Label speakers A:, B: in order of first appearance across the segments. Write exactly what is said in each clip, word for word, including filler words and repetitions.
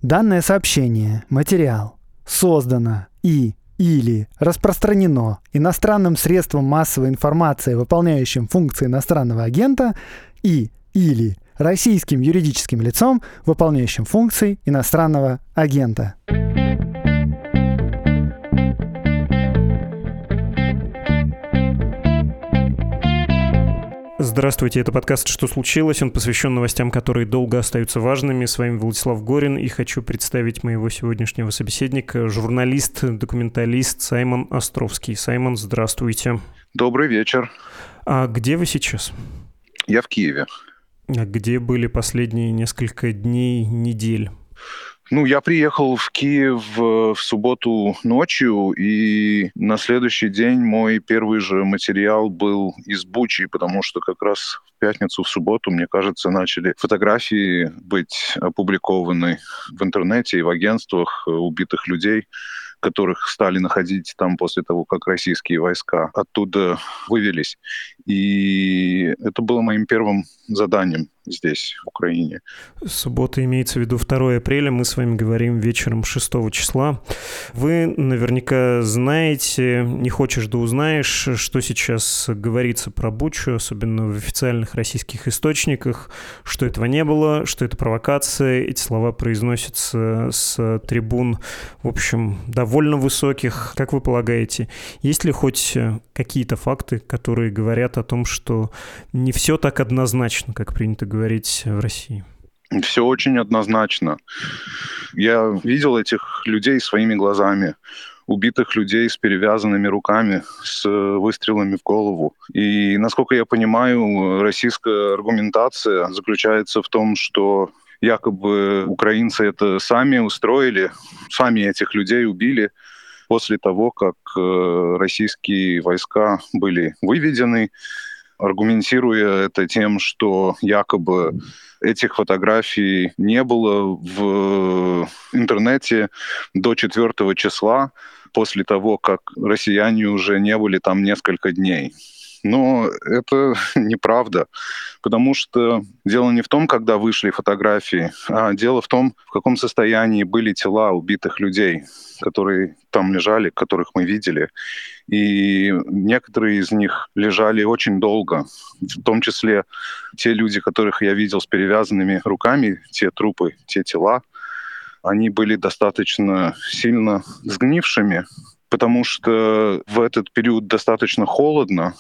A: Данное сообщение, материал, создано и или распространено иностранным средством массовой информации, выполняющим функции иностранного агента, и или российским юридическим лицом, выполняющим функции иностранного агента.
B: Здравствуйте, это подкаст «Что случилось?». Он посвящен новостям, которые долго остаются важными. С вами Владислав Горин, и хочу представить моего сегодняшнего собеседника, журналист, документалист Саймон Островский. Саймон, здравствуйте.
C: Добрый вечер.
B: А где вы сейчас?
C: Я в Киеве.
B: А где были последние несколько дней, недель?
C: Ну, я приехал в Киев в субботу ночью, и на следующий день мой первый же материал был из Бучи, потому что как раз в пятницу, в субботу, мне кажется, начали фотографии быть опубликованы в интернете и в агентствах убитых людей, которых стали находить там после того, как российские войска оттуда вывелись. И это было моим первым заданием здесь, в Украине.
B: Суббота имеется в виду второе апреля. Мы с вами говорим вечером шестого числа. Вы наверняка знаете, не хочешь да узнаешь, что сейчас говорится про Бучу, особенно в официальных российских источниках, что этого не было, что это провокация. Эти слова произносятся с трибун, в общем, довольно высоких. Как вы полагаете, есть ли хоть какие-то факты, которые говорят о том, что не все так однозначно, как принято говорить в России?
C: Все очень однозначно. Я видел этих людей своими глазами, убитых людей с перевязанными руками, с выстрелами в голову. И, насколько я понимаю, российская аргументация заключается в том, что якобы украинцы это сами устроили, сами этих людей убили после того, как российские войска были выведены, аргументируя это тем, что якобы этих фотографий не было в интернете до четвёртого числа, после того, как россияне уже не были там несколько дней. Но это неправда, потому что дело не в том, когда вышли фотографии, а дело в том, в каком состоянии были тела убитых людей, которые там лежали, которых мы видели. И некоторые из них лежали очень долго, в том числе те люди, которых я видел с перевязанными руками, те трупы, те тела, они были достаточно сильно сгнившими, потому что в этот период достаточно холодно,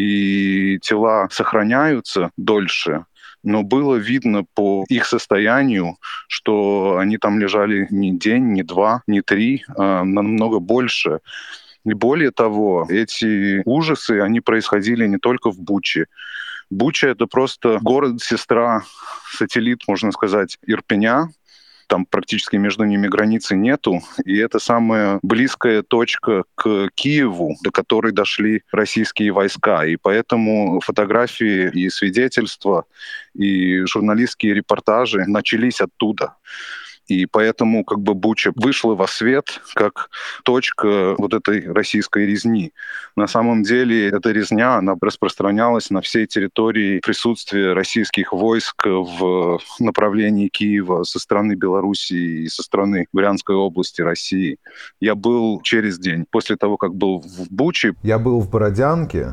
C: и тела сохраняются дольше, но было видно по их состоянию, что они там лежали не день, не два, не три, а намного больше. И более того, эти ужасы, они происходили не только в Буче. Буча — это просто город-сестра, сателлит, можно сказать, Ирпеня. Там практически между ними границы нету. И это самая близкая точка к Киеву, до которой дошли российские войска. И поэтому фотографии и свидетельства, и журналистские репортажи начались оттуда. И поэтому как бы Буча вышла во свет как точка вот этой российской резни. На самом деле эта резня, она распространялась на всей территории присутствия российских войск в направлении Киева со стороны Белоруссии и со стороны Брянской области России. Я был через день после того, как был в Буче.
D: Я был в Бородянке.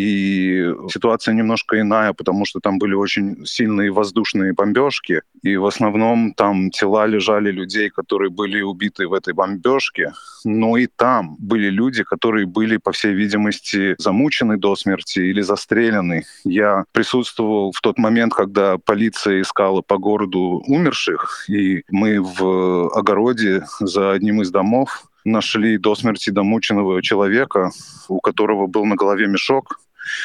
C: И ситуация немножко иная, потому что там были очень сильные воздушные бомбежки, и в основном там тела лежали людей, которые были убиты в этой бомбежке, но и там были люди, которые были, по всей видимости, замучены до смерти или застрелены. Я присутствовал в тот момент, когда полиция искала по городу умерших, и мы в огороде за одним из домов нашли до смерти домученного человека, у которого был на голове мешок,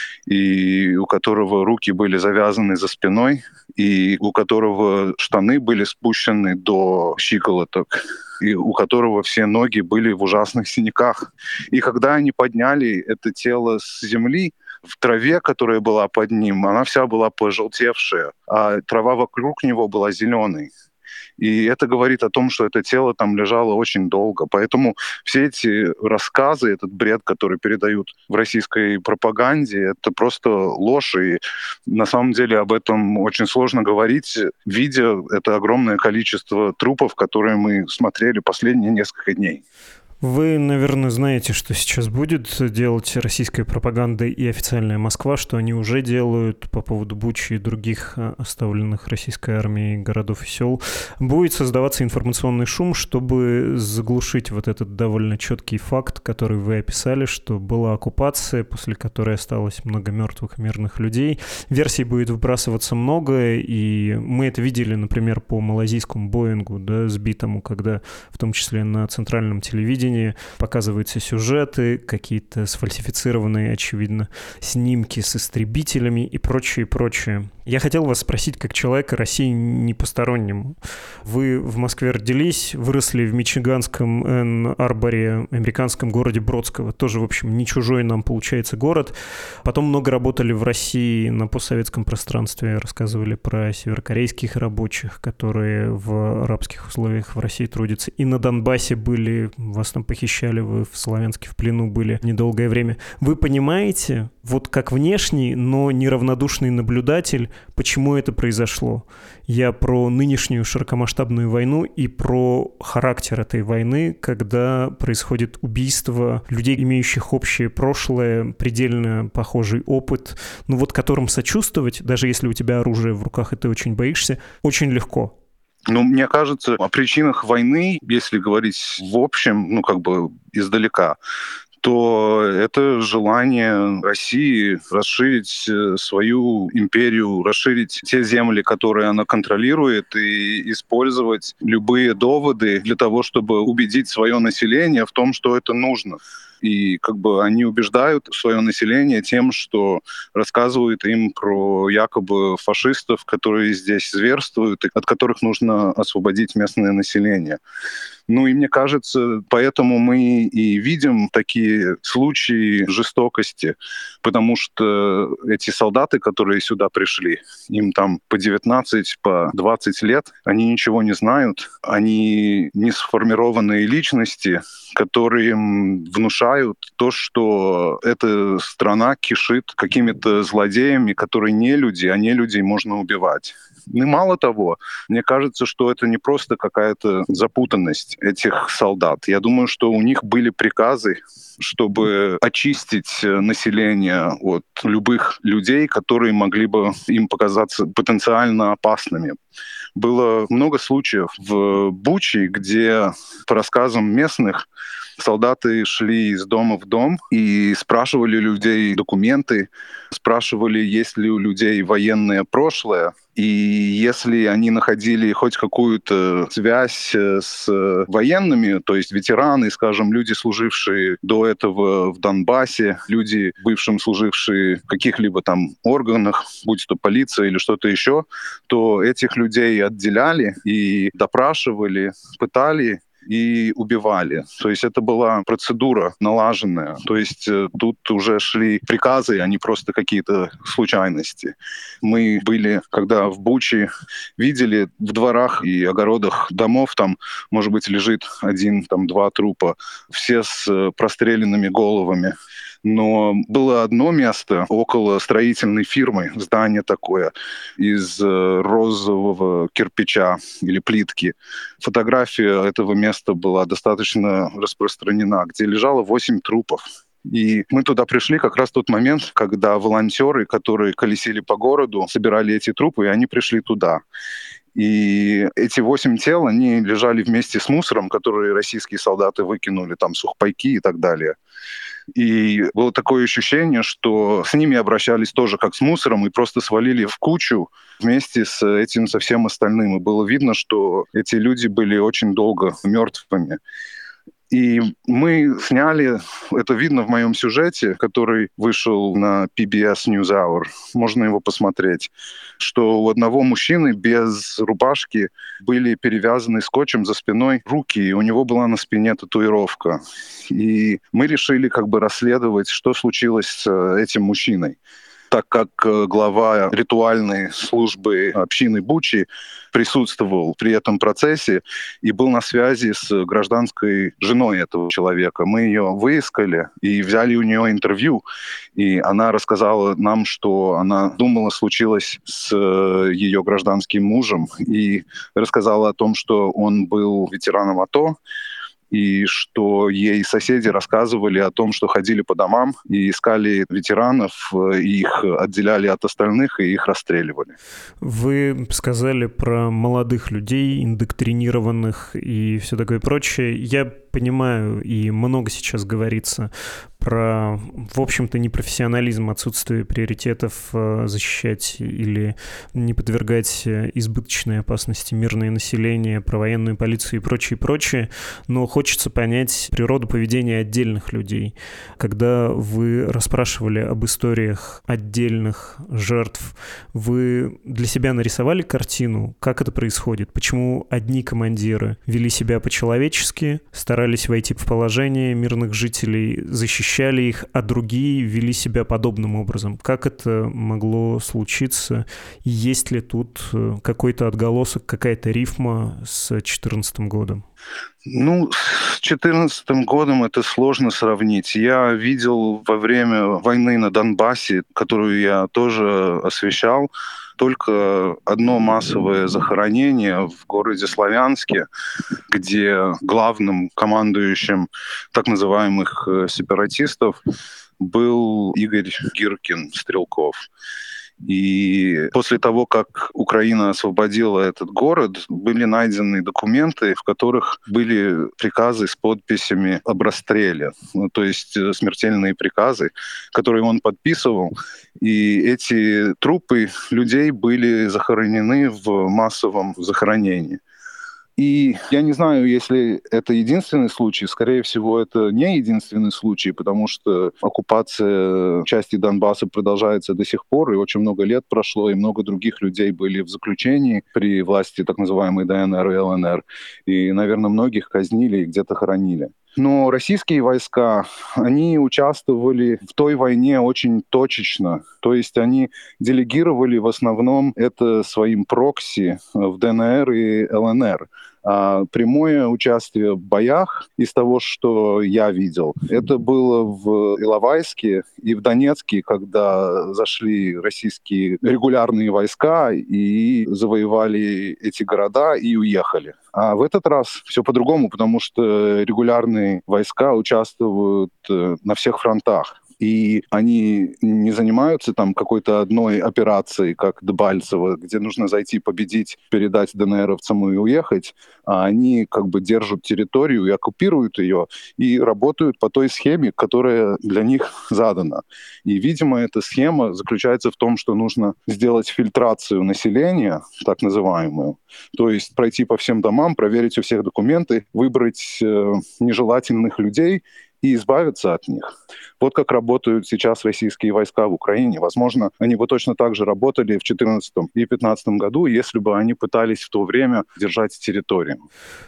C: и у которого руки были завязаны за спиной, и у которого штаны были спущены до щиколоток, и у которого все ноги были в ужасных синяках. И когда они подняли это тело с земли, в траве, которая была под ним, она вся была пожелтевшая, а трава вокруг него была зеленой. И это говорит о том, что это тело там лежало очень долго. Поэтому все эти рассказы, этот бред, который передают в российской пропаганде, это просто ложь. И на самом деле об этом очень сложно говорить, видя это огромное количество трупов, которые мы смотрели последние несколько дней.
B: Вы, наверное, знаете, что сейчас будет делать российская пропаганда и официальная Москва, что они уже делают по поводу Бучи и других оставленных российской армией городов и сел. Будет создаваться информационный шум, чтобы заглушить вот этот довольно четкий факт, который вы описали, что была оккупация, после которой осталось много мертвых мирных людей. Версий будет выбрасываться много, и мы это видели, например, по малайзийскому Боингу, да, сбитому, когда в том числе на центральном телевидении показываются сюжеты, какие-то сфальсифицированные, очевидно, снимки с истребителями и прочее, прочее. Я хотел вас спросить, как человека России не постороннему. Вы в Москве родились, выросли в мичиганском Энн-Арборе, американском городе Бродского. Тоже, в общем, не чужой нам, получается, город. Потом много работали в России на постсоветском пространстве. Рассказывали про северокорейских рабочих, которые в арабских условиях в России трудятся. И на Донбассе были, вас там похищали, вы в Славянске в плену были недолгое время. Вы понимаете, вот как внешний, но неравнодушный наблюдатель, почему это произошло? Я про нынешнюю широкомасштабную войну и про характер этой войны, когда происходит убийство людей, имеющих общее прошлое, предельно похожий опыт, ну вот которым сочувствовать, даже если у тебя оружие в руках и ты очень боишься, очень легко.
C: Ну, мне кажется, о причинах войны, если говорить в общем, ну, как бы издалека, то это желание России расширить свою империю, расширить те земли, которые она контролирует, и использовать любые доводы для того, чтобы убедить свое население в том, что это нужно. И как бы они убеждают свое население тем, что рассказывают им про якобы фашистов, которые здесь зверствуют, и от которых нужно освободить местное население. Ну и мне кажется, поэтому мы и видим такие случаи жестокости, потому что эти солдаты, которые сюда пришли, им там по девятнадцать, по двадцать лет, они ничего не знают, они не сформированные личности, которые им внушают то, что эта страна кишит какими-то злодеями, которые не люди, а не людей можно убивать. И мало того, мне кажется, что это не просто какая-то запутанность этих солдат. Я думаю, что у них были приказы, чтобы очистить население от любых людей, которые могли бы им показаться потенциально опасными. Было много случаев в Буче, где, по рассказам местных, солдаты шли из дома в дом и спрашивали людей документы, спрашивали, есть ли у людей военное прошлое. И если они находили хоть какую-то связь с военными, то есть ветераны, скажем, люди, служившие до этого в Донбассе, люди, бывшим служившие в каких-либо там органах, будь то полиция или что-то еще, то этих людей отделяли и допрашивали, пытали и убивали. То есть это была процедура налаженная. То есть э, тут уже шли приказы, а не просто какие-то случайности. Мы были, когда в Буче, видели в дворах и огородах домов, там, может быть, лежит один, там, два трупа, все с э, простреленными головами. Но было одно место около строительной фирмы, здание такое, из розового кирпича или плитки. Фотография этого места была достаточно распространена, где лежало восемь трупов. И мы туда пришли как раз в тот момент, когда волонтеры, которые колесили по городу, собирали эти трупы, и они пришли туда. И эти восемь тел, они лежали вместе с мусором, который российские солдаты выкинули, там сухпайки и так далее. И было такое ощущение, что с ними обращались тоже как с мусором и просто свалили в кучу вместе с этим, со всем остальным. И было видно, что эти люди были очень долго мертвыми. И мы сняли, это видно в моем сюжете, который вышел на пи би эс NewsHour, можно его посмотреть, что у одного мужчины без рубашки были перевязаны скотчем за спиной руки, и у него была на спине татуировка. И мы решили как бы расследовать, что случилось с этим мужчиной. так как глава ритуальной службы общины Бучи присутствовал при этом процессе и был на связи с гражданской женой этого человека. Мы ее выискали и взяли у нее интервью, и она рассказала нам, что она думала, случилось с ее гражданским мужем, и рассказала о том, что он был ветераном АТО, и что ей соседи рассказывали о том, что ходили по домам и искали ветеранов, и их отделяли от остальных, и их расстреливали.
B: Вы сказали про молодых людей, индоктринированных и все такое прочее. Я понимаю, и много сейчас говорится про, в общем-то, непрофессионализм, отсутствие приоритетов защищать или не подвергать избыточной опасности мирное население, про военную полицию и прочее, прочее. Но хочется понять природу поведения отдельных людей. Когда вы расспрашивали об историях отдельных жертв, вы для себя нарисовали картину, как это происходит? Почему одни командиры вели себя по-человечески, старались войти в положение мирных жителей, защищали их, а другие вели себя подобным образом? Как это могло случиться? И есть ли тут какой-то отголосок, какая-то рифма с две тысячи четырнадцатым годом?
C: Ну, с две тысячи четырнадцатым годом это сложно сравнить. Я видел во время войны на Донбассе, которую я тоже освещал, только одно массовое захоронение в городе Славянске, где главным командующим так называемых сепаратистов был Игорь Гиркин, Стрелков. И после того, как Украина освободила этот город, были найдены документы, в которых были приказы с подписями об расстреле, ну, то есть смертельные приказы, которые он подписывал. И эти трупы людей были захоронены в массовом захоронении. И я не знаю, если это единственный случай. Скорее всего, это не единственный случай, потому что оккупация части Донбасса продолжается до сих пор, и очень много лет прошло, и много других людей были в заключении при власти так называемой ДНР и ЛНР. И, наверное, многих казнили и где-то хоронили. Но российские войска, они участвовали в той войне очень точечно. То есть они делегировали в основном это своим прокси в ДНР и ЛНР. А прямое участие в боях, из того, что я видел, это было в Иловайске и в Донецке, когда зашли российские регулярные войска и завоевали эти города и уехали. А в этот раз все по-другому, потому что регулярные войска участвуют на всех фронтах. И они не занимаются там какой-то одной операцией, как Дебальцево, где нужно зайти, победить, передать ДНРовцам и уехать, а они как бы держат территорию и оккупируют ее, и работают по той схеме, которая для них задана. И, видимо, эта схема заключается в том, что нужно сделать фильтрацию населения, так называемую, то есть пройти по всем домам, проверить у всех документы, выбрать э, нежелательных людей и избавиться от них. Вот как работают сейчас российские войска в Украине. Возможно, они бы точно так же работали в две тысячи четырнадцатом и две тысячи пятнадцатом году, если бы они пытались в то время держать территорию.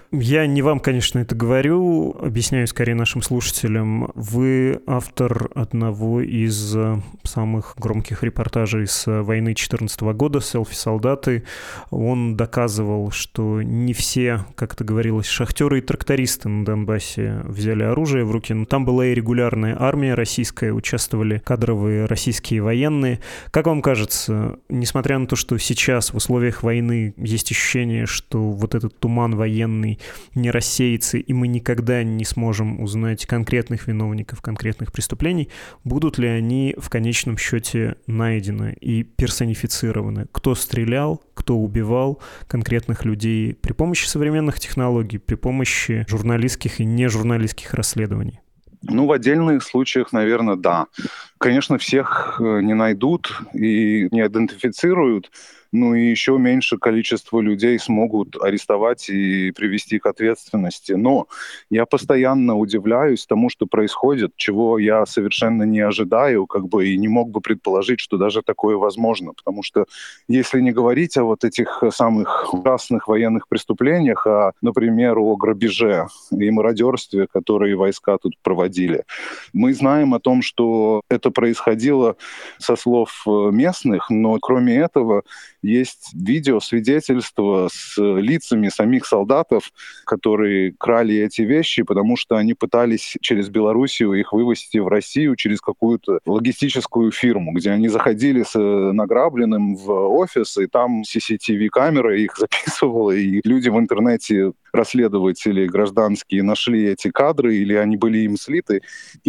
B: Я не вам, конечно, это говорю, объясняю скорее нашим слушателям. Вы автор одного из самых громких репортажей с войны две тысячи четырнадцатого года «Селфи-солдаты». Он доказывал, что не все, как это говорилось, шахтеры и трактористы на Донбассе взяли оружие в руки, но там была и регулярная армия российская, участвовали кадровые российские военные. Как вам кажется, несмотря на то, что сейчас в условиях войны есть ощущение, что вот этот туман военный не рассеется, и мы никогда не сможем узнать конкретных виновников конкретных преступлений, будут ли они в конечном счете найдены и персонифицированы? Кто стрелял, кто убивал конкретных людей при помощи современных технологий, при помощи журналистских и нежурналистских расследований?
C: Ну, в отдельных случаях, наверное, да. Конечно, всех не найдут и не идентифицируют, ну и еще меньше количество людей смогут арестовать и привести к ответственности. Но я постоянно удивляюсь тому, что происходит, чего я совершенно не ожидаю, как бы и не мог бы предположить, что даже такое возможно. Потому что если не говорить о вот этих самых ужасных военных преступлениях, а, например, о грабеже и мародерстве, которые войска тут проводили, мы знаем о том, что это происходило со слов местных, но кроме этого есть видео, свидетельства с лицами самих солдатов, которые крали эти вещи, потому что они пытались через Белоруссию их вывести в Россию через какую-то логистическую фирму, где они заходили с награбленным в офис, и там си си ти ви-камера их записывала, и люди в интернете, расследователи гражданские, нашли эти кадры, или они были им слиты,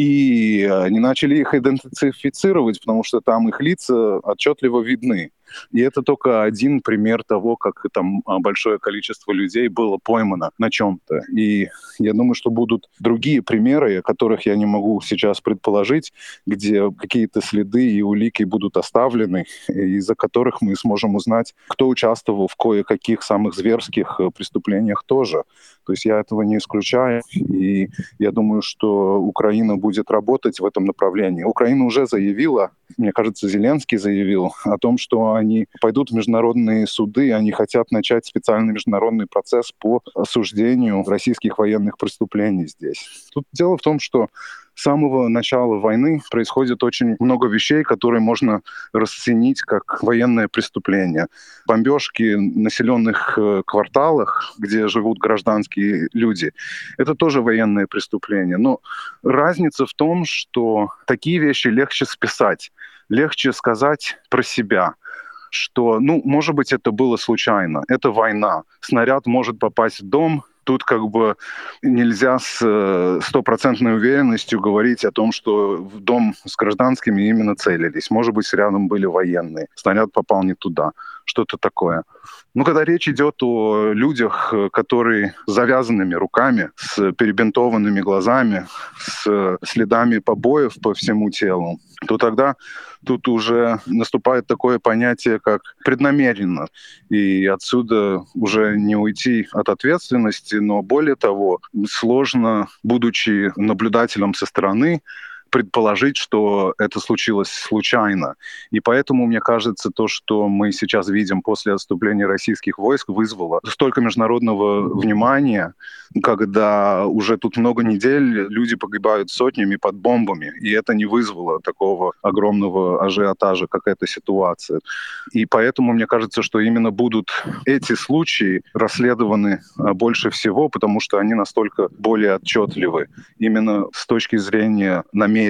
C: и они начали их идентифицировать, потому что там их лица отчетливо видны. И это только один пример того, как там большое количество людей было поймано на чем-то. И я думаю, что будут другие примеры, о которых я не могу сейчас предположить, где какие-то следы и улики будут оставлены, из-за которых мы сможем узнать, кто участвовал в кое-каких самых зверских преступлениях тоже. То есть я этого не исключаю, и я думаю, что Украина будет работать в этом направлении. Украина уже заявила, мне кажется, Зеленский заявил о том, что они пойдут в международные суды, они хотят начать специальный международный процесс по осуждению российских военных преступлений здесь. Тут дело в том, что с самого начала войны происходит очень много вещей, которые можно расценить как военное преступление. Бомбежки в населенных кварталах, где живут гражданские люди, это тоже военное преступление. Но разница в том, что такие вещи легче списать, легче сказать про себя, что, ну, может быть, это было случайно, это война, снаряд может попасть в дом. Тут как бы нельзя с стопроцентной уверенностью говорить о том, что в дом с гражданскими именно целились. Может быть, рядом были военные. Снаряд попал не туда. Что-то такое. Но когда речь идет о людях, которые с завязанными руками, с перебинтованными глазами, с следами побоев по всему телу, то тогда тут уже наступает такое понятие, как преднамеренно. И отсюда уже не уйти от ответственности, но более того, сложно, будучи наблюдателем со стороны, предположить, что это случилось случайно. И поэтому, мне кажется, то, что мы сейчас видим после отступления российских войск, вызвало столько международного внимания, когда уже тут много недель люди погибают сотнями под бомбами, и это не вызвало такого огромного ажиотажа, как эта ситуация. И поэтому, мне кажется, что именно будут эти случаи расследованы больше всего, потому что они настолько более отчетливы именно с точки зрения намерения.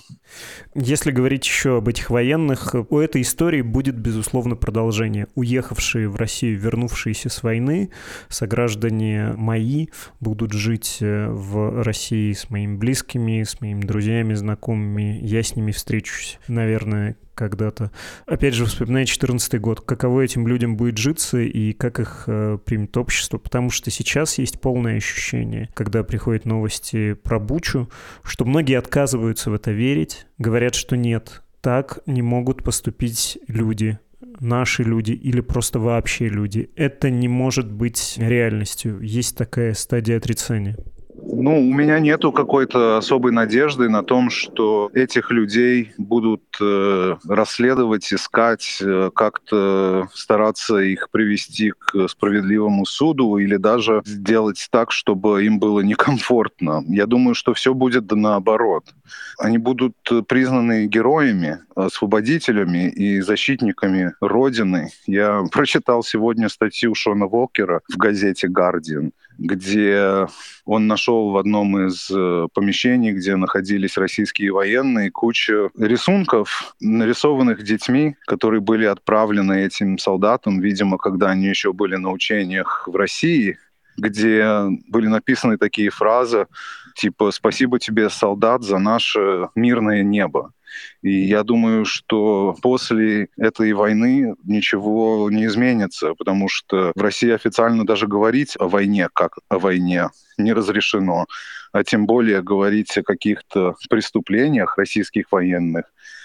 B: Если говорить еще об этих военных, у этой истории будет, безусловно, продолжение. Уехавшие в Россию, вернувшиеся с войны, сограждане мои будут жить в России с моими близкими, с моими друзьями, знакомыми. Я с ними встречусь, наверное, когда-то. Опять же, вспоминая четырнадцатый год, каково этим людям будет житься и как их э, примет общество, потому что сейчас есть полное ощущение, когда приходят новости про Бучу, что многие отказываются в это верить, говорят, что нет, так не могут поступить люди, наши люди или просто вообще люди. Это не может быть реальностью. Есть такая стадия отрицания.
C: Ну, у меня нету какой-то особой надежды на том, что этих людей будут э, расследовать, искать, э, как-то стараться их привести к справедливому суду или даже сделать так, чтобы им было некомфортно. Я думаю, что все будет наоборот. Они будут признаны героями, освободителями и защитниками Родины. Я прочитал сегодня статью Шона Волкера в газете «Гардиан», где он нашел в одном из помещений, где находились российские военные, кучу рисунков, нарисованных детьми, которые были отправлены этим солдатам, видимо, когда они еще были на учениях в России, где были написаны такие фразы, типа «Спасибо тебе, солдат, за наше мирное небо». И я думаю, что после этой войны ничего не изменится, потому что в России официально даже говорить о войне как о войне не разрешено, а тем более говорить о каких-то преступлениях российских военных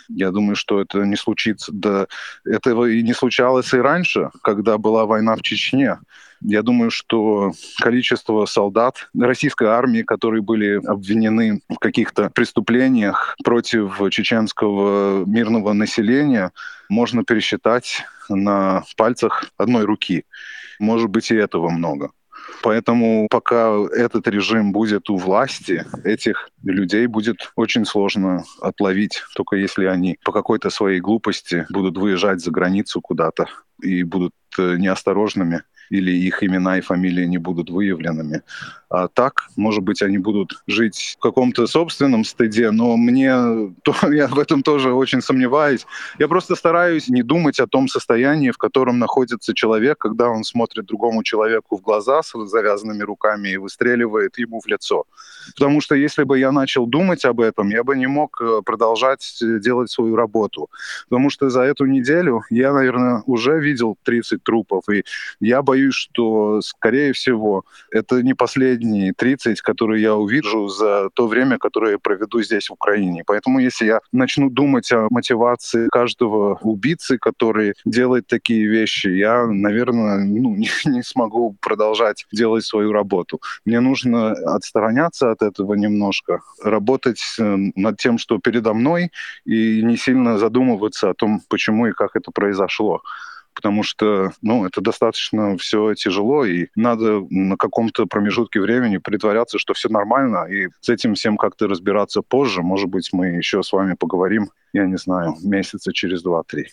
C: Я думаю, что это не случится. Да, этого и не случалось и раньше, когда была война в Чечне. Я думаю, что количество солдат российской армии, которые были обвинены в каких-то преступлениях против чеченского мирного населения, можно пересчитать на пальцах одной руки. Может быть, и этого много. Поэтому пока этот режим будет у власти, этих людей будет очень сложно отловить, только если они по какой-то своей глупости будут выезжать за границу куда-то и будут неосторожными, или их имена и фамилии не будут выявленными. А так, может быть, они будут жить в каком-то собственном стыде, но мне то, я в этом тоже очень сомневаюсь. Я просто стараюсь не думать о том состоянии, в котором находится человек, когда он смотрит другому человеку в глаза с завязанными руками и выстреливает ему в лицо. Потому что если бы я начал думать об этом, я бы не мог продолжать делать свою работу. Потому что за эту неделю я, наверное, уже видел тридцать трупов, и я боюсь, что, скорее всего, это не последние тридцать, которые я увижу за то время, которое я проведу здесь, в Украине. Поэтому если я начну думать о мотивации каждого убийцы, который делает такие вещи, я, наверное, ну, не, не смогу продолжать делать свою работу. Мне нужно отстраняться от этого немножко, работать над тем, что передо мной, и не сильно задумываться о том, почему и как это произошло. Потому что, ну, это достаточно все тяжело, и надо на каком-то промежутке времени притворяться, что все нормально, и с этим всем как-то разбираться позже. Может быть, мы еще с вами поговорим, я не знаю, месяца через два-три.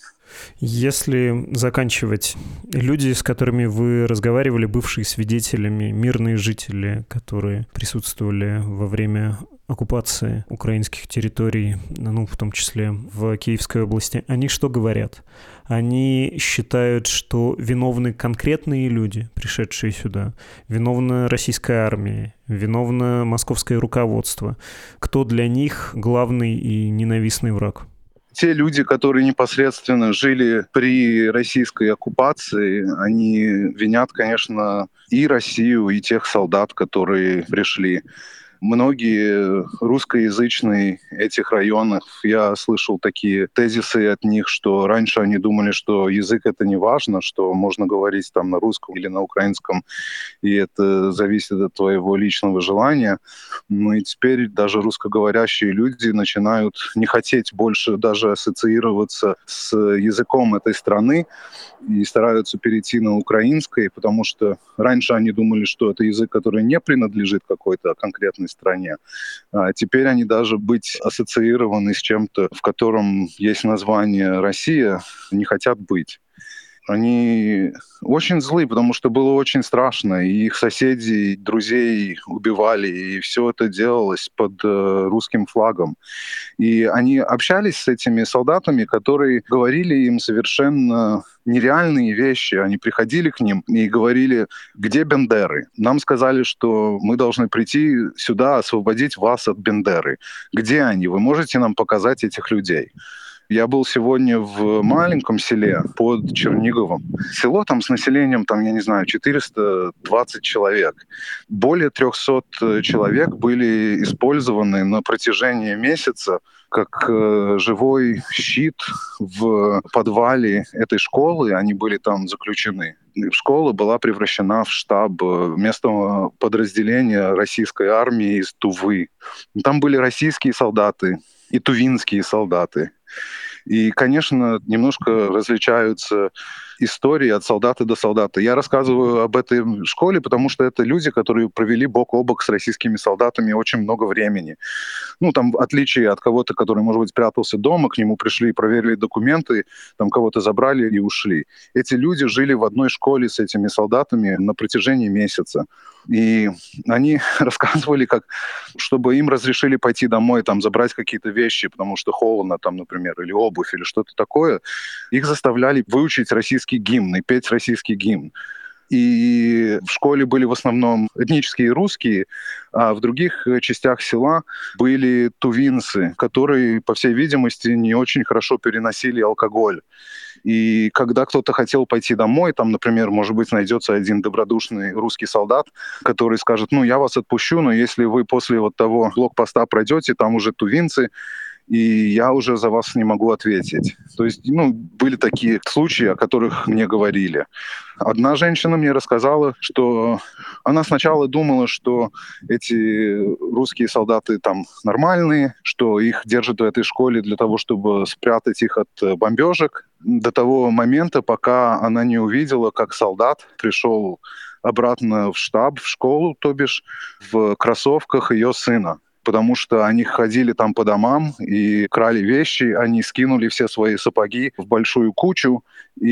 B: Если заканчивать, люди, с которыми вы разговаривали, бывшие свидетелями, мирные жители, которые присутствовали во время оккупации украинских территорий, ну, в том числе в Киевской области, они что говорят? Они считают, что виновны конкретные люди, пришедшие сюда, виновна российская армия, виновно московское руководство. Кто для них главный и ненавистный враг?
C: Те люди, которые непосредственно жили при российской оккупации, они винят, конечно, и Россию, и тех солдат, которые пришли. Многие русскоязычные этих районов, я слышал такие тезисы от них, что раньше они думали, что язык — это не важно, что можно говорить там на русском или на украинском, и это зависит от твоего личного желания. Ну и теперь даже русскоговорящие люди начинают не хотеть больше даже ассоциироваться с языком этой страны и стараются перейти на украинский, потому что раньше они думали, что это язык, который не принадлежит какой-то конкретной стране. А теперь они даже быть ассоциированы с чем-то, в котором есть название «Россия», не хотят быть. Они очень злы, потому что было очень страшно, и их соседей, друзей убивали, и все это делалось под э, русским флагом. И они общались с этими солдатами, которые говорили им совершенно нереальные вещи. Они приходили к ним и говорили: где Бендеры? Нам сказали, что мы должны прийти сюда, освободить вас от Бендеры. Где они? Вы можете нам показать этих людей? Я был сегодня в маленьком селе под Черниговом. Село там с населением, там, я не знаю, четыреста двадцать человек. Более трехсот человек были использованы на протяжении месяца как э, живой щит в подвале этой школы. Они были там заключены. Школа была превращена в штаб местного подразделения российской армии из Тувы. Там были российские солдаты и тувинские солдаты. И, конечно, немножко различаются истории от солдата до солдата. Я рассказываю об этой школе, потому что это люди, которые провели бок о бок с российскими солдатами очень много времени. Ну, там, в отличие от кого-то, который, может быть, спрятался дома, к нему пришли, проверили документы, там кого-то забрали и ушли. Эти люди жили в одной школе с этими солдатами на протяжении месяца. И они рассказывали, как, чтобы им разрешили пойти домой, там, забрать какие-то вещи, потому что холодно, там, например, или обувь, или что-то такое, их заставляли выучить российский гимн и петь российский гимн. И в школе были в основном этнические русские, а в других частях села были тувинцы, которые, по всей видимости, не очень хорошо переносили алкоголь. И когда кто-то хотел пойти домой, там, например, может быть, найдется один добродушный русский солдат, который скажет: ну, я вас отпущу, но если вы после вот того блокпоста пройдете, там уже тувинцы, и я уже за вас не могу ответить. То есть, ну, были такие случаи, о которых мне говорили. Одна женщина мне рассказала, что она сначала думала, что эти русские солдаты там нормальные, что их держат в этой школе для того, чтобы спрятать их от бомбежек, до того момента, пока она не увидела, как солдат пришел обратно в штаб, в школу, то бишь, в кроссовках ее сына. Потому что они ходили там по домам и крали вещи, они скинули все свои сапоги в большую кучу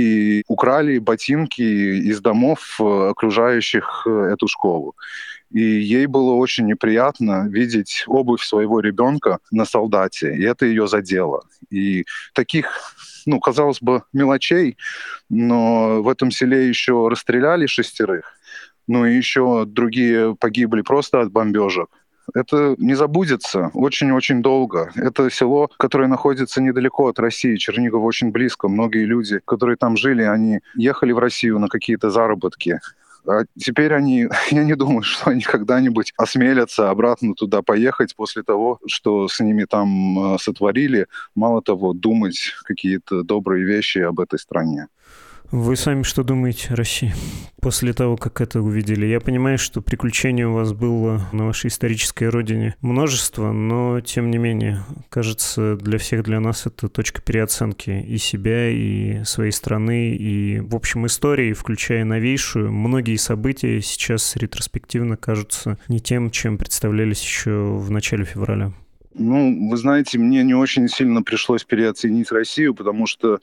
C: и украли ботинки из домов, окружающих эту школу. И ей было очень неприятно видеть обувь своего ребенка на солдате, и это ее задело. И таких, ну, казалось бы, мелочей, но в этом селе еще расстреляли шестерых, ну и еще другие погибли просто от бомбежек. Это не забудется очень-очень долго. Это село, которое находится недалеко от России, Чернигов очень близко. Многие люди, которые там жили, они ехали в Россию на какие-то заработки. А теперь они, я не думаю, что они когда-нибудь осмелятся обратно туда поехать после того, что с ними там сотворили. Мало того, думать какие-то добрые вещи об этой стране.
B: Вы сами что думаете о России после того, как это увидели? Я понимаю, что приключений у вас было на вашей исторической родине множество, но тем не менее, кажется, для всех, для нас это точка переоценки и себя, и своей страны, и, в общем, истории, включая новейшую. Многие события сейчас ретроспективно кажутся не тем, чем представлялись еще в начале февраля.
C: Ну, вы знаете, мне не очень сильно пришлось переоценить Россию, потому что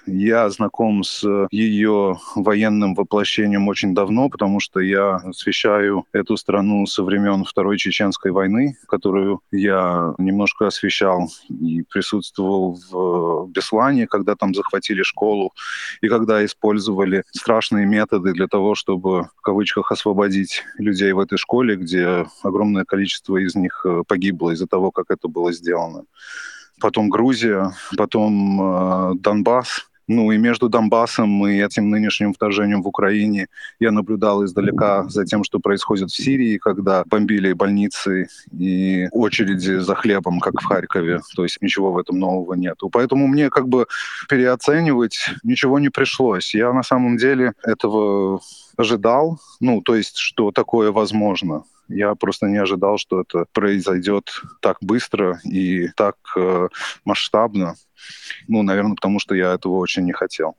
C: я знаком с ее военным воплощением очень давно, потому что я освещаю эту страну со времен Второй Чеченской войны, которую я немножко освещал и присутствовал в Беслане, когда там захватили школу, и когда использовали страшные методы для того, чтобы, в кавычках, освободить людей в этой школе, где огромное количество из них погибло из-за того, как это было сделано. Потом Грузия, потом э, Донбасс. Ну и между Донбассом и этим нынешним вторжением в Украине я наблюдал издалека за тем, что происходит в Сирии, когда бомбили больницы и очереди за хлебом, как в Харькове. То есть ничего в этом нового нету. Поэтому мне как бы переоценивать ничего не пришлось. Я на самом деле этого ожидал, ну то есть что такое возможно. Я просто не ожидал, что это произойдет так быстро и так э, масштабно. Ну, наверное, потому что я этого очень не хотел.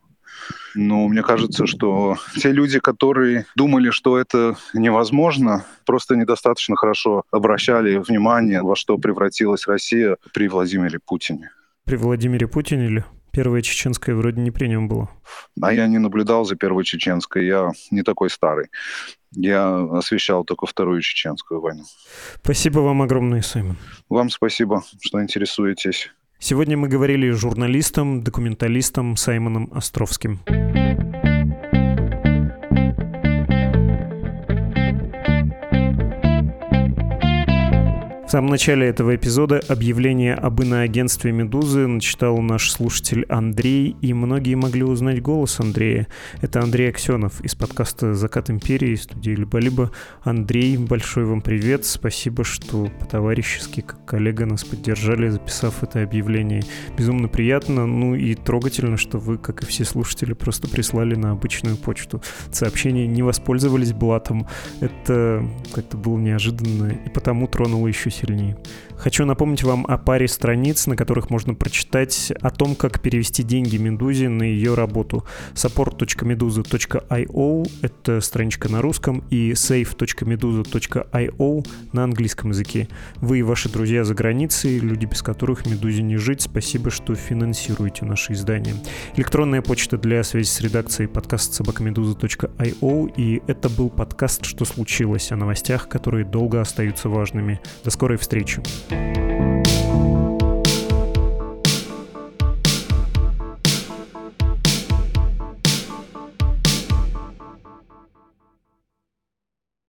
C: Но мне кажется, что те люди, которые думали, что это невозможно, просто недостаточно хорошо обращали внимание, во что превратилась Россия при Владимире Путине.
B: При Владимире Путине или? Первая чеченская вроде не при нем была.
C: А я не наблюдал за Первой чеченской, я не такой старый. Я освещал только Вторую чеченскую войну.
B: Спасибо вам огромное, Саймон.
C: Вам спасибо, что интересуетесь.
B: Сегодня мы говорили с журналистом, документалистом Саймоном Островским. В самом начале этого эпизода объявление об иноагентстве «Медузы» начитал наш слушатель Андрей, и многие могли узнать голос Андрея. Это Андрей Аксенов из подкаста «Закат империи», студии «Либо-либо». Андрей, большой вам привет. Спасибо, что по-товарищески, как коллега, нас поддержали, записав это объявление. Безумно приятно, ну и трогательно, что вы, как и все слушатели, просто прислали на обычную почту сообщение, не воспользовались блатом. Это как-то было неожиданно и потому тронуло еще сильнее. Хочу напомнить вам о паре страниц, на которых можно прочитать о том, как перевести деньги Медузе на ее работу. support точка meduza точка io — это страничка на русском, и save точка meduza точка io на английском языке. Вы и ваши друзья за границей, люди, без которых Медузе не жить, спасибо, что финансируете наше издание. Электронная почта для связи с редакцией — подкаст собака медуза точка io, и это был подкаст «Что случилось?» о новостях, которые долго остаются важными. До скорой встречи.